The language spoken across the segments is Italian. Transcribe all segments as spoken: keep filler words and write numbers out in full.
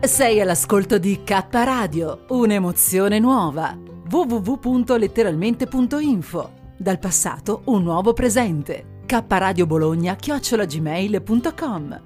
Sei all'ascolto di K Radio, un'emozione nuova. w w w punto letteralmente punto info. Dal passato un nuovo presente. K Radio Bologna chiocciola gmail punto com.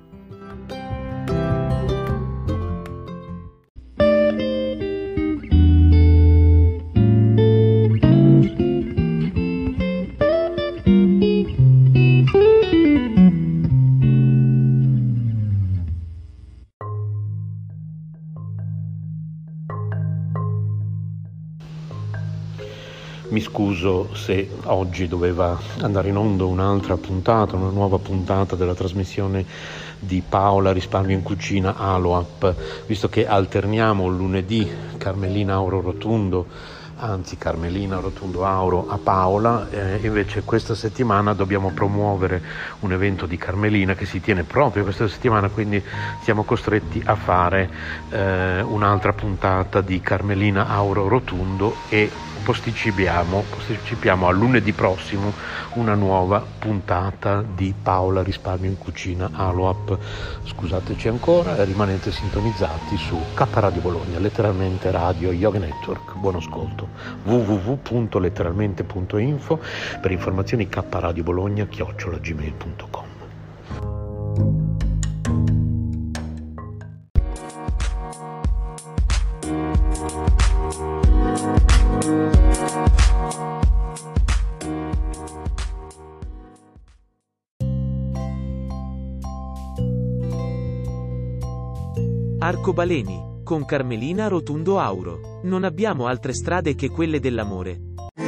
Mi scuso se oggi doveva andare in onda un'altra puntata, una nuova puntata della trasmissione di Paola Risparmio in Cucina Aloap, visto che alterniamo lunedì Carmelina Auro Rotundo, anzi Carmelina Rotundo Auro a Paola, eh, invece questa settimana dobbiamo promuovere un evento di Carmelina che si tiene proprio questa settimana, quindi siamo costretti a fare eh, un'altra puntata di Carmelina Auro Rotundo e posticipiamo, posticipiamo a lunedì prossimo una nuova puntata di Paola Risparmio in Cucina Aloap. Scusateci ancora, rimanete sintonizzati su K Radio Bologna, letteralmente Radio Yoga Network. Buon ascolto. w w w punto letteralmente punto info per informazioni K Radio Bologna chiocciola gmail punto com. Arcobaleni, con Carmelina Rotundo Auro. Non abbiamo altre strade che quelle dell'amore.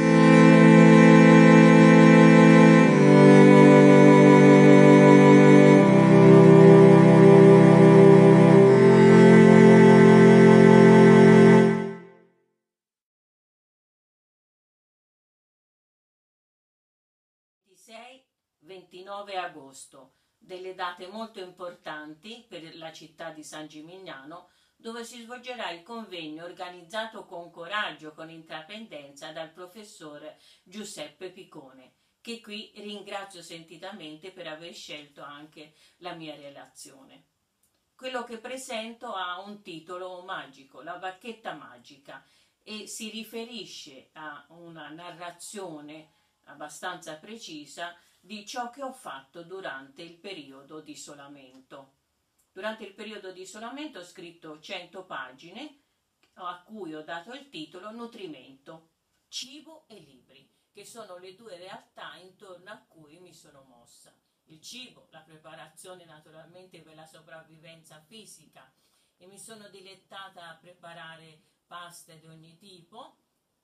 ventisei ventinove agosto, delle date molto importanti per la città di San Gimignano, dove si svolgerà il convegno organizzato con coraggio, con intraprendenza dal professor Giuseppe Picone, che qui ringrazio sentitamente per aver scelto anche la mia relazione. Quello che presento ha un titolo magico, La bacchetta magica, e si riferisce a una narrazione abbastanza precisa di ciò che ho fatto durante il periodo di isolamento. Durante il periodo di isolamento ho scritto cento pagine a cui ho dato il titolo Nutrimento, cibo e libri, che sono le due realtà intorno a cui mi sono mossa. Il cibo, la preparazione naturalmente per la sopravvivenza fisica, e mi sono dilettata a preparare paste di ogni tipo,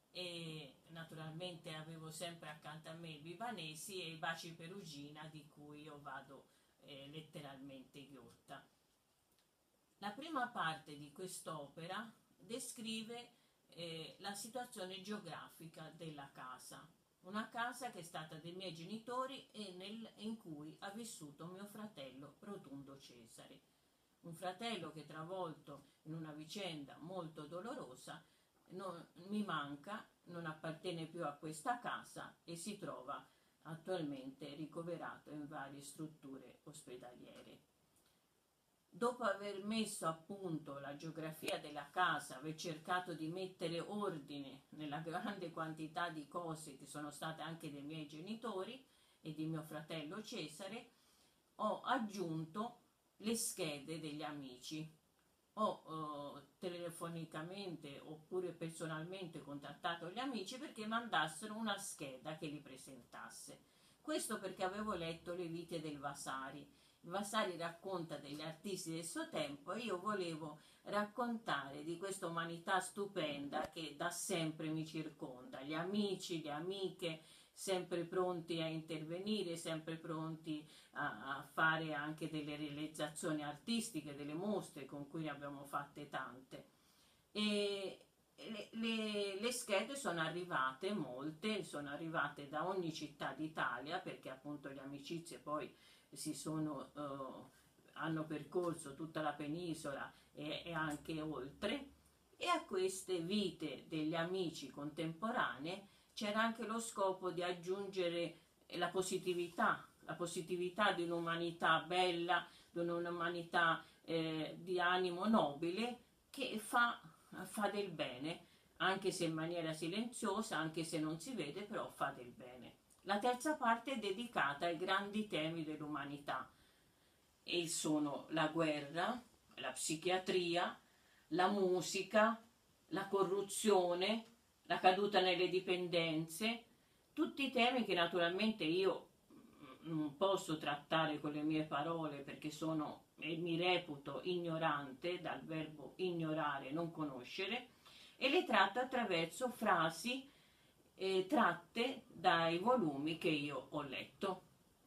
e naturalmente avevo sempre accanto a me i libanesi e i baci perugina, di cui io vado eh, letteralmente ghiotta. La prima parte di quest'opera descrive eh, la situazione geografica della casa, una casa che è stata dei miei genitori e nel, in cui ha vissuto mio fratello Rotundo Cesare, un fratello che travolto in una vicenda molto dolorosa Non, mi manca, non appartiene più a questa casa e si trova attualmente ricoverato in varie strutture ospedaliere. Dopo aver messo a punto la geografia della casa, aver cercato di mettere ordine nella grande quantità di cose che sono state anche dei miei genitori e di mio fratello Cesare, ho aggiunto le schede degli amici. Ho uh, telefonicamente oppure personalmente contattato gli amici perché mandassero una scheda che li presentasse. Questo perché avevo letto Le vite del Vasari. Il Vasari racconta degli artisti del suo tempo e io volevo raccontare di questa umanità stupenda che da sempre mi circonda, gli amici, le amiche, sempre pronti a intervenire, sempre pronti a, a fare anche delle realizzazioni artistiche, delle mostre, con cui ne abbiamo fatte tante. E le, le, le schede sono arrivate, molte, sono arrivate da ogni città d'Italia, perché appunto le amicizie poi si sono, uh, hanno percorso tutta la penisola e, e anche oltre, e a queste vite degli amici contemporanee c'era anche lo scopo di aggiungere la positività, la positività di un'umanità bella, di un'umanità eh, di animo nobile, che fa, fa del bene, anche se in maniera silenziosa, anche se non si vede, però fa del bene. La terza parte è dedicata ai grandi temi dell'umanità, e sono la guerra, la psichiatria, la musica, la corruzione, la caduta nelle dipendenze, tutti temi che naturalmente io non posso trattare con le mie parole, perché sono e mi reputo ignorante, dal verbo ignorare, non conoscere, e le tratto attraverso frasi eh, tratte dai volumi che io ho letto.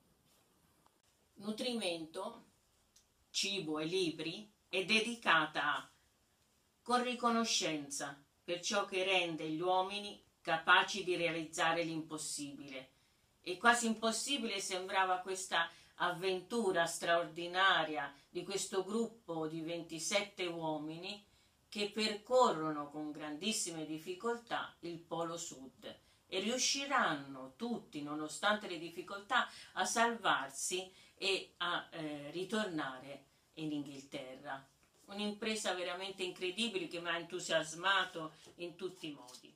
Nutrimento, cibo e libri è dedicata a con riconoscenza per ciò che rende gli uomini capaci di realizzare l'impossibile. E quasi impossibile sembrava questa avventura straordinaria di questo gruppo di ventisette uomini che percorrono con grandissime difficoltà il Polo Sud e riusciranno tutti, nonostante le difficoltà, a salvarsi e a eh, ritornare in Inghilterra. Un'impresa veramente incredibile che mi ha entusiasmato in tutti i modi.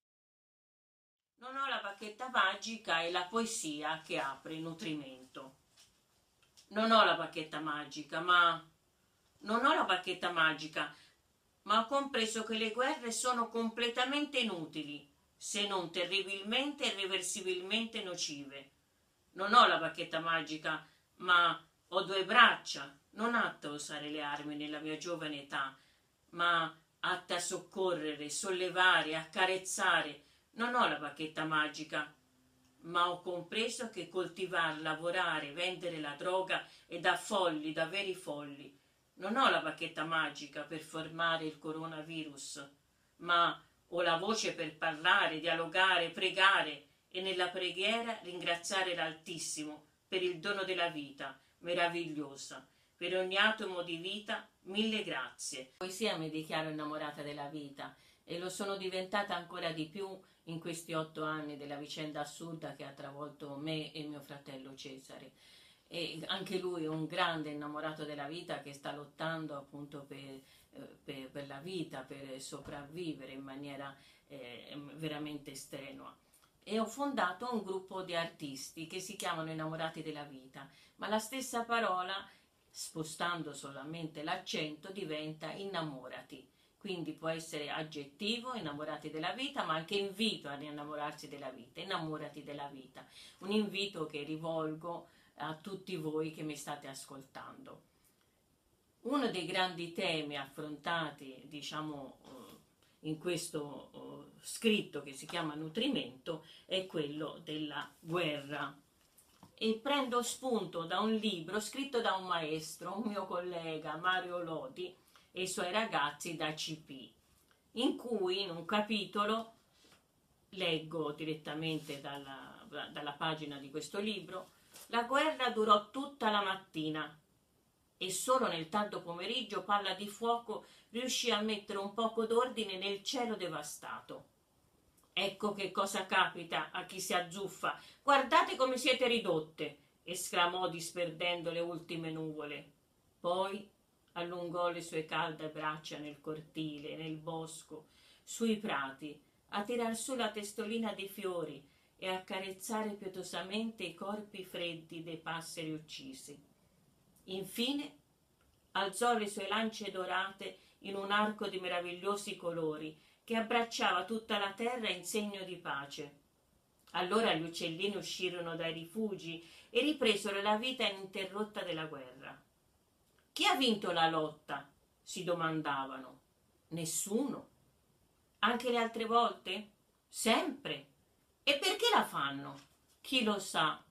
Non ho la bacchetta magica e la poesia che apre il nutrimento. Non ho la bacchetta magica, ma non ho la bacchetta magica, ma ho compreso che le guerre sono completamente inutili, se non terribilmente e irreversibilmente nocive. Non ho la bacchetta magica, ma ho due braccia, non atta a usare le armi nella mia giovane età, ma atta a soccorrere, sollevare, accarezzare. Non ho la bacchetta magica, ma ho compreso che coltivare, lavorare, vendere la droga è da folli, da veri folli. Non ho la bacchetta magica per fermare il coronavirus, ma ho la voce per parlare, dialogare, pregare e nella preghiera ringraziare l'Altissimo per il dono della vita meravigliosa. Per ogni atomo di vita, mille grazie. Poesia mi dichiaro innamorata della vita e lo sono diventata ancora di più in questi otto anni della vicenda assurda che ha travolto me e mio fratello Cesare. E anche lui è un grande innamorato della vita che sta lottando appunto per, eh, per, per la vita, per sopravvivere in maniera eh, veramente strenua. E ho fondato un gruppo di artisti che si chiamano Innamorati della Vita, ma la stessa parola, spostando solamente l'accento, diventa innamorati. Quindi può essere aggettivo, innamorati della vita, ma anche invito ad innamorarsi della vita, innamorati della vita. Un invito che rivolgo a tutti voi che mi state ascoltando. Uno dei grandi temi affrontati, diciamo, in questo scritto che si chiama Nutrimento è quello della guerra. E prendo spunto da un libro scritto da un maestro, un mio collega, Mario Lodi, e i suoi ragazzi da C P, in cui in un capitolo, leggo direttamente dalla, dalla pagina di questo libro, la guerra durò tutta la mattina e solo nel tardo pomeriggio Palla di Fuoco riuscì a mettere un poco d'ordine nel cielo devastato. Ecco che cosa capita a chi si azzuffa. Guardate come siete ridotte, esclamò disperdendo le ultime nuvole. Poi allungò le sue calde braccia nel cortile, nel bosco, sui prati, a tirar su la testolina di fiori e a carezzare pietosamente i corpi freddi dei passeri uccisi. Infine alzò le sue lance dorate in un arco di meravigliosi colori che abbracciava tutta la terra in segno di pace. Allora gli uccellini uscirono dai rifugi e ripresero la vita ininterrotta della guerra. Chi ha vinto la lotta? Si domandavano. Nessuno. Anche le altre volte? Sempre. E perché la fanno? Chi lo sa?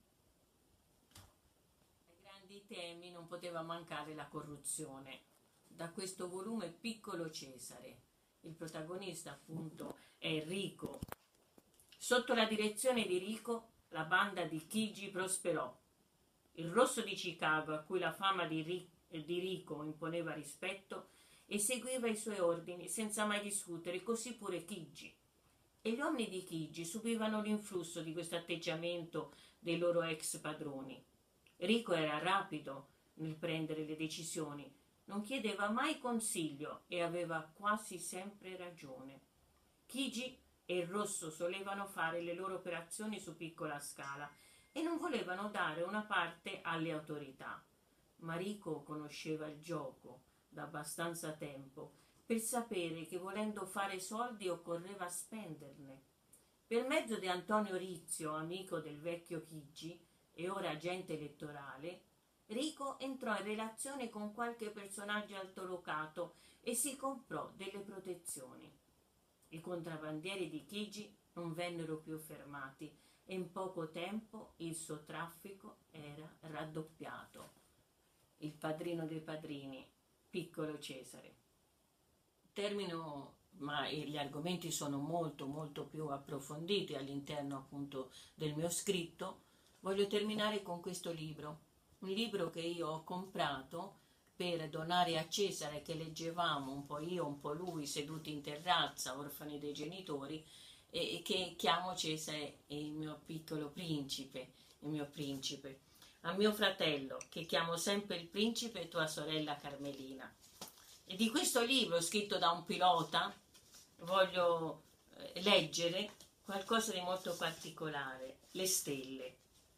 Ai grandi temi non poteva mancare la corruzione. Da questo volume Piccolo Cesare. Il protagonista appunto è Enrico. Sotto la direzione di Rico la banda di Chigi prosperò. Il rosso di Chicago, a cui la fama di, Ric- di Rico imponeva rispetto, eseguiva i suoi ordini senza mai discutere, così pure Chigi. e gli uomini di Chigi subivano l'influsso di questo atteggiamento dei loro ex padroni. Rico era rapido nel prendere le decisioni, non chiedeva mai consiglio e aveva quasi sempre ragione. Chigi e il Rosso solevano fare le loro operazioni su piccola scala e non volevano dare una parte alle autorità. Ma Rico conosceva il gioco da abbastanza tempo per sapere che volendo fare soldi occorreva spenderne. Per mezzo di Antonio Rizio, amico del vecchio Chigi e ora agente elettorale, Rico entrò in relazione con qualche personaggio altolocato e si comprò delle protezioni. I contrabbandieri di Chigi non vennero più fermati e in poco tempo il suo traffico era raddoppiato. Il padrino dei padrini, Piccolo Cesare. Termino, ma gli argomenti sono molto molto più approfonditi all'interno appunto del mio scritto. Voglio terminare con questo libro, un libro che io ho comprato per donare a Cesare, che leggevamo un po' io, un po' lui, seduti in terrazza, orfani dei genitori, e che chiamo Cesare il mio piccolo principe, il mio principe. A mio fratello, che chiamo sempre il principe, e tua sorella Carmelina. E di questo libro, scritto da un pilota, voglio eh, leggere qualcosa di molto particolare, le stelle.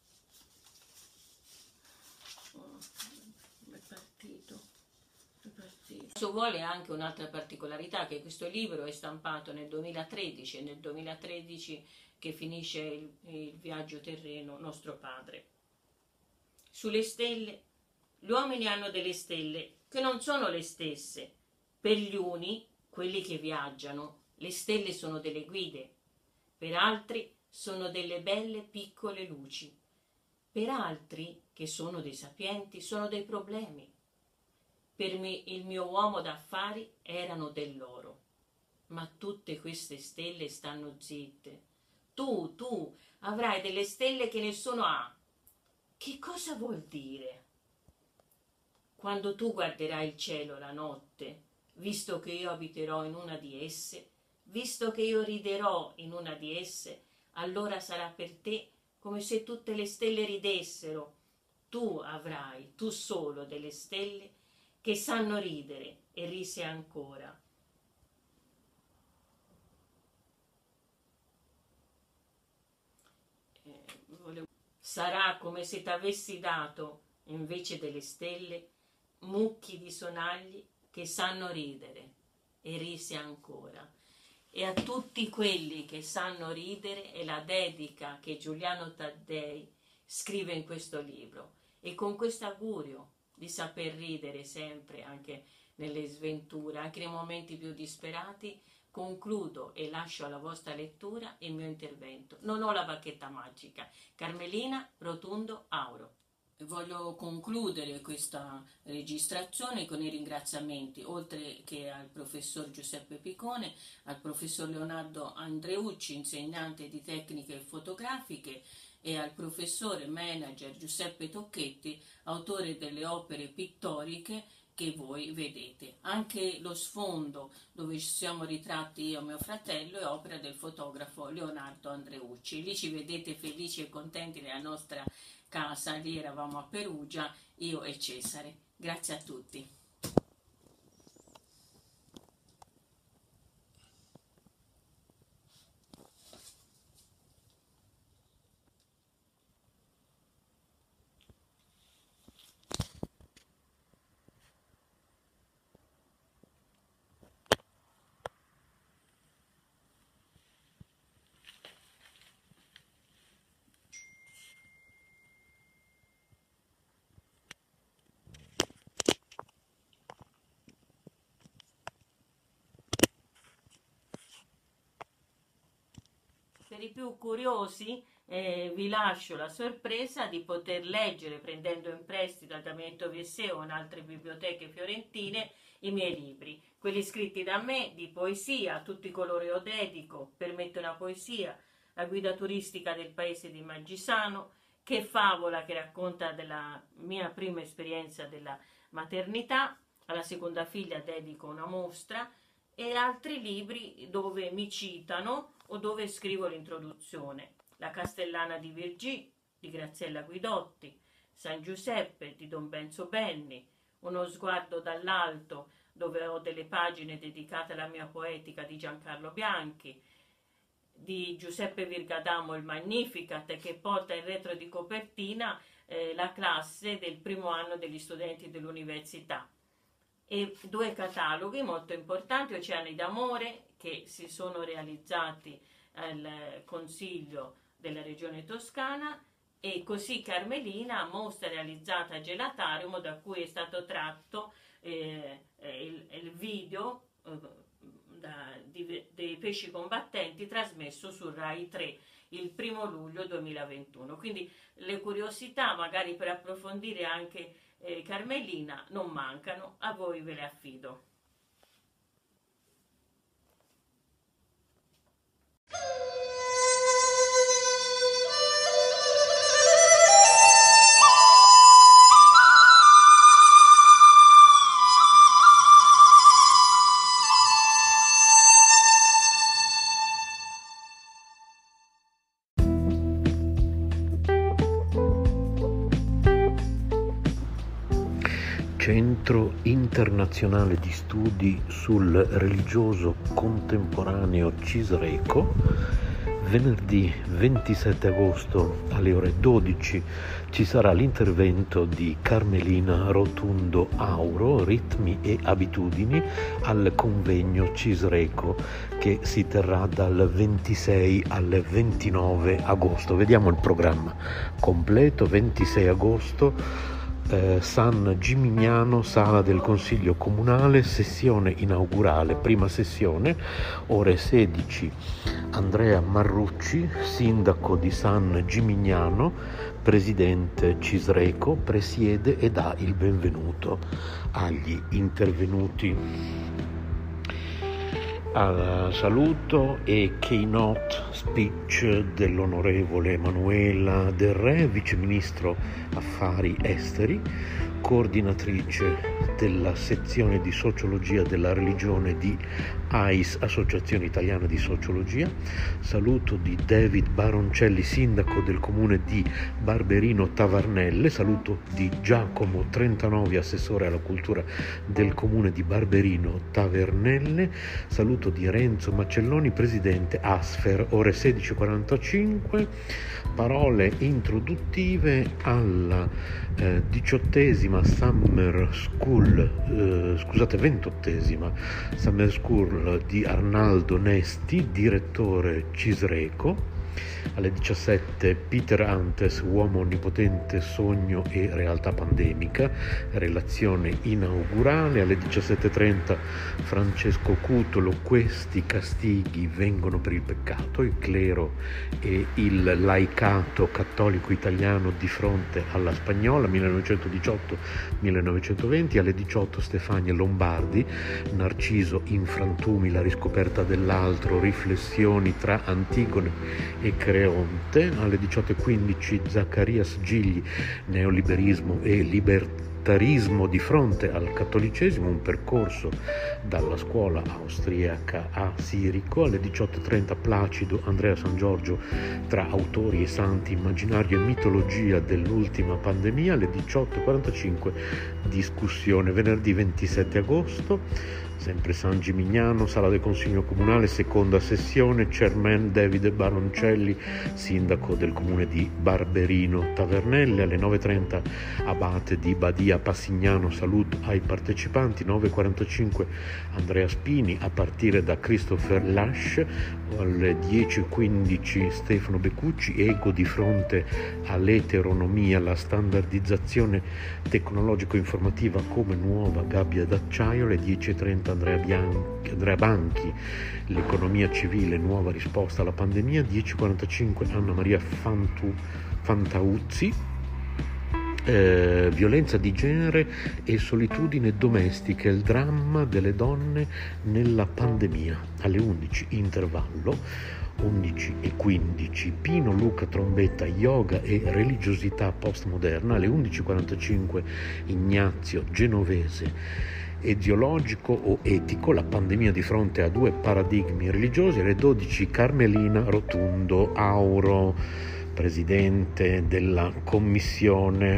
È partito, è partito. Questo vuole anche un'altra particolarità, che questo libro è stampato nel duemilatredici, e nel duemilatredici che finisce il, il viaggio terreno Nostro Padre. Sulle stelle, gli uomini hanno delle stelle che non sono le stesse. Per gli uni, quelli che viaggiano, le stelle sono delle guide, per altri sono delle belle piccole luci, per altri, che sono dei sapienti, sono dei problemi. Per me, il mio uomo d'affari erano dell'oro, ma tutte queste stelle stanno zitte. Tu, tu, avrai delle stelle che nessuno ha. Che cosa vuol dire? Quando tu guarderai il cielo la notte, visto che io abiterò in una di esse, visto che io riderò in una di esse, allora sarà per te come se tutte le stelle ridessero. Tu avrai, tu solo, delle stelle che sanno ridere, e rise ancora. Eh, volevo... Sarà come se t'avessi dato, invece delle stelle, mucchi di sonagli che sanno ridere, e rise ancora. E a tutti quelli che sanno ridere è la dedica che Giuliano Taddei scrive in questo libro, e con questo augurio di saper ridere sempre, anche nelle sventure, anche nei momenti più disperati, concludo e lascio alla vostra lettura il mio intervento. Non ho la bacchetta magica. Carmelina Rotundo Auro. Voglio concludere questa registrazione con i ringraziamenti, oltre che al professor Giuseppe Picone, al professor Leonardo Andreucci, insegnante di tecniche fotografiche, e al professore manager Giuseppe Tocchetti, autore delle opere pittoriche che voi vedete. Anche lo sfondo dove ci siamo ritratti io e mio fratello è opera del fotografo Leonardo Andreucci. Lì ci vedete felici e contenti nella nostra casa, lì eravamo a Perugia, io e Cesare. Grazie a tutti. Per i più curiosi eh, vi lascio la sorpresa di poter leggere, prendendo in prestito da Damietto Vesseo o in altre biblioteche fiorentine, i miei libri, quelli scritti da me, di poesia, a tutti coloro io dedico, Permette una poesia, la guida turistica del paese di Maggisano, Che favola, che racconta della mia prima esperienza della maternità, alla seconda figlia dedico una mostra, e altri libri dove mi citano o dove scrivo l'introduzione. La Castellana di Virgì di Graziella Guidotti, San Giuseppe di Don Benzo Benni, Uno sguardo dall'alto, dove ho delle pagine dedicate alla mia poetica, di Giancarlo Bianchi, di Giuseppe Virgadamo il Magnificat, che porta in retro di copertina eh, la classe del primo anno degli studenti dell'università, e due cataloghi molto importanti, Oceani d'amore, che si sono realizzati al Consiglio della Regione Toscana, e Così Carmelina, mostra realizzata a Gelatarium, da cui è stato tratto eh, il, il video eh, da, di, dei pesci combattenti, trasmesso su Rai tre il primo luglio duemilaventuno. Quindi le curiosità, magari per approfondire anche eh, Carmelina, non mancano, a voi ve le affido. Centro Internazionale di Studi sul Religioso Contemporaneo Cisreco, venerdì ventisette agosto alle ore dodici ci sarà l'intervento di Carmelina Rotundo Auro, Ritmi e Abitudini, al convegno Cisreco, che si terrà dal ventisei al ventinove agosto. Vediamo il programma completo. ventisei agosto, Eh, San Gimignano, sala del Consiglio Comunale, sessione inaugurale, prima sessione, ore sedici. Andrea Marrucci, sindaco di San Gimignano, presidente Cisreco, presiede e dà il benvenuto agli intervenuti. Al saluto e keynote speech dell'onorevole Emanuela Del Re, viceministro affari esteri, coordinatrice della sezione di sociologia della religione di A I S, Associazione Italiana di Sociologia. Saluto di David Baroncelli, sindaco del comune di Barberino Tavernelle. Saluto di Giacomo Trentanove, assessore alla cultura del comune di Barberino Tavernelle. Saluto di Renzo Macelloni, presidente Asfer. Ore sedici e quarantacinque, parole introduttive alla eh, diciottesima Summer School, eh, scusate, ventottesima Summer School di Arnaldo Nesti, direttore Cisreco. Alle diciassette Peter Antes, uomo onnipotente, sogno e realtà pandemica, relazione inaugurale. Alle diciassette e trenta Francesco Cutolo, questi castighi vengono per il peccato, il clero e il laicato cattolico italiano di fronte alla spagnola, millenovecentodiciotto millenovecentoventi. Alle diciotto Stefania Lombardi, Narciso in frantumi, la riscoperta dell'altro, riflessioni tra Antigone e Creonte. Alle diciotto e quindici Zaccarias Gigli, neoliberismo e libertarismo di fronte al cattolicesimo, un percorso dalla scuola austriaca a Sirico. Alle diciotto e trenta Placido Andrea San Giorgio, tra autori e santi, immaginario e mitologia dell'ultima pandemia. Alle diciotto e quarantacinque discussione. Venerdì ventisette agosto, sempre San Gimignano, sala del Consiglio Comunale, seconda sessione, chairman Davide Baroncelli, sindaco del comune di Barberino Tavernelle. Alle nove e trenta abate di Badia Passignano, saluto ai partecipanti. nove e quarantacinque Andrea Spini, a partire da Christopher Lasch. Alle dieci e quindici Stefano Beccucci, ego di fronte all'eteronomia, la standardizzazione tecnologico-informativa come nuova gabbia d'acciaio. Alle dieci e trenta Andrea, Bianchi, Andrea Banchi, l'economia civile, nuova risposta alla pandemia. dieci e quarantacinque Anna Maria Fantu, Fantauzzi, eh, violenza di genere e solitudine domestica, il dramma delle donne nella pandemia. Alle undici intervallo. undici e quindici Pino Luca Trombetta, yoga e religiosità postmoderna. Alle undici e quarantacinque Ignazio Genovese eziologico o etico, la pandemia di fronte a due paradigmi religiosi. Alle dodici Carmelina Rotundo Auro, presidente della commissione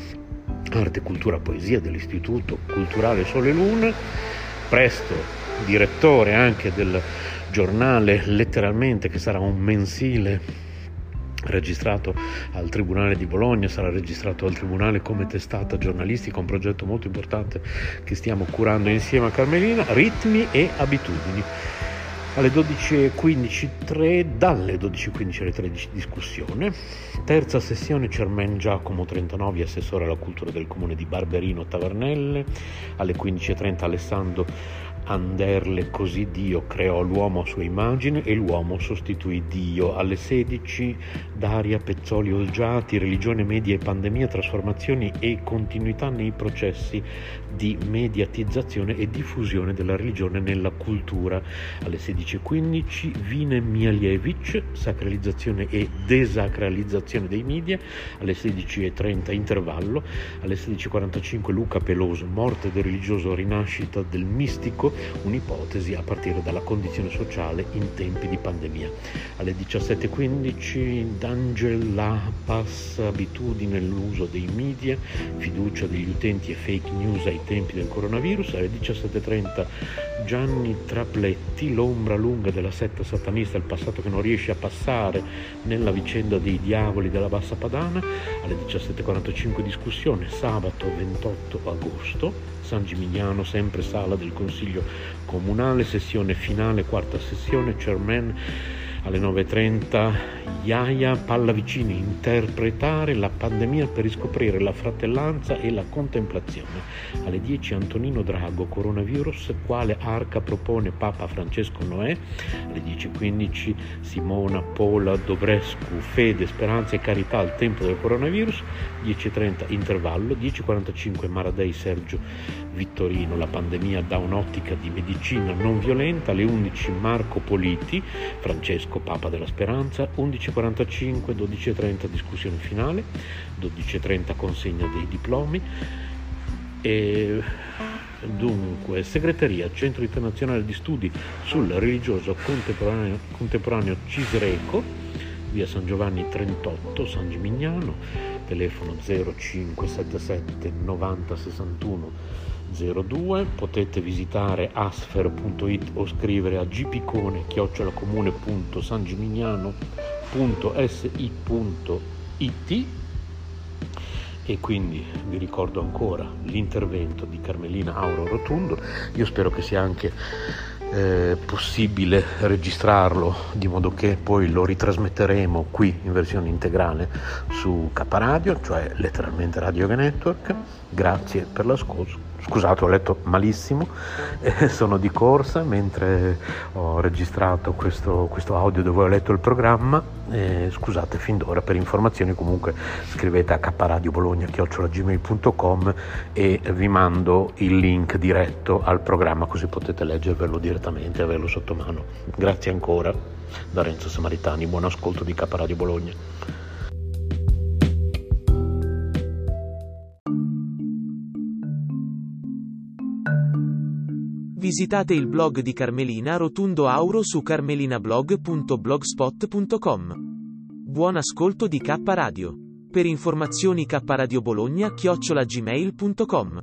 Arte, Cultura, Poesia dell'Istituto Culturale Sole Luna, presto direttore anche del giornale Letteralmente, che sarà un mensile registrato al Tribunale di Bologna, sarà registrato al Tribunale come testata giornalistica, un progetto molto importante che stiamo curando insieme a Carmelina. Ritmi e abitudini. Alle dodici e quindici tre, dalle dodici e quindici alle tredici discussione. Terza sessione Cermen Giacomo trentanove, assessore alla cultura del comune di Barberino Tavernelle. Alle quindici e trenta Alessandro Anderle, così Dio creò l'uomo a sua immagine e l'uomo sostituì Dio. Alle sedici Daria Pezzoli Olgiati, religione, media e pandemia, trasformazioni e continuità nei processi di mediatizzazione e diffusione della religione nella cultura. Alle sedici e quindici Vine Mialjevic, sacralizzazione e desacralizzazione dei media. Alle sedici e trenta intervallo. Alle sedici e quarantacinque Luca Peloso, morte del religioso, rinascita del mistico, un'ipotesi a partire dalla condizione sociale in tempi di pandemia. Alle diciassette e quindici D'Angel Lapas, abitudine nell'uso dei media, fiducia degli utenti e fake news ai tempi del coronavirus. Alle diciassette e trenta Gianni Trapletti, l'ombra lunga della setta satanista, il passato che non riesce a passare nella vicenda dei diavoli della Bassa Padana. Alle diciassette e quarantacinque discussione, sabato ventotto agosto, San Gimignano, sempre sala del Consiglio Comunale, sessione finale, quarta sessione, Chairman. Alle nove e trenta Iaia Pallavicini, interpretare la pandemia per riscoprire la fratellanza e la contemplazione. Alle dieci Antonino Drago, coronavirus, quale arca propone Papa Francesco Noè. Alle dieci e quindici Simona Pola Dobrescu, fede, speranza e carità al tempo del coronavirus. dieci e trenta intervallo. dieci e quarantacinque Maradei Sergio Vittorino, la pandemia da un'ottica di medicina non violenta. Alle undici Marco Politi, Francesco Papa della Speranza. undici e quarantacinque, dodici e trenta discussione finale, dodici e trenta consegna dei diplomi. E dunque segreteria Centro Internazionale di Studi sul Religioso Contemporaneo, contemporaneo Cisreco, via San Giovanni trentotto, San Gimignano, telefono zero cinque sette sette novanta sessantuno zero due. Potete visitare asfer punto it o scrivere a gpicone chiocciola comune punto sangimignano punto si punto it. E quindi vi ricordo ancora l'intervento di Carmelina Auro Rotundo. Io spero che sia anche eh, possibile registrarlo, di modo che poi lo ritrasmetteremo qui in versione integrale su K Radio, cioè letteralmente Radio Network. Grazie per l'ascolto. Scusate, ho letto malissimo, eh, sono di corsa mentre ho registrato questo, questo audio dove ho letto il programma. Eh, scusate fin d'ora. Per informazioni comunque scrivete a kradiobologna chiocciola gmail punto com e vi mando il link diretto al programma, così potete leggervelo direttamente e averlo sotto mano. Grazie ancora da Renzo Samaritani, buon ascolto di K Radio Bologna. Visitate il blog di Carmelina Rotundo Auro su carmelinablog punto blogspot punto com. Buon ascolto di K Radio. Per informazioni kradiobologna chiocciola gmail punto com.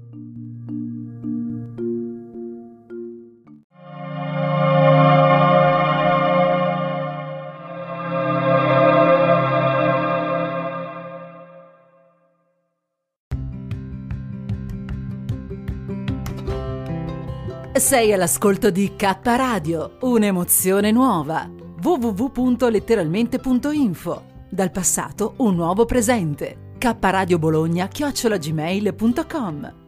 Sei all'ascolto di K Radio, un'emozione nuova. w w w punto letteralmente punto info. Dal passato un nuovo presente. K Radio Bologna chiocciola gmail punto com.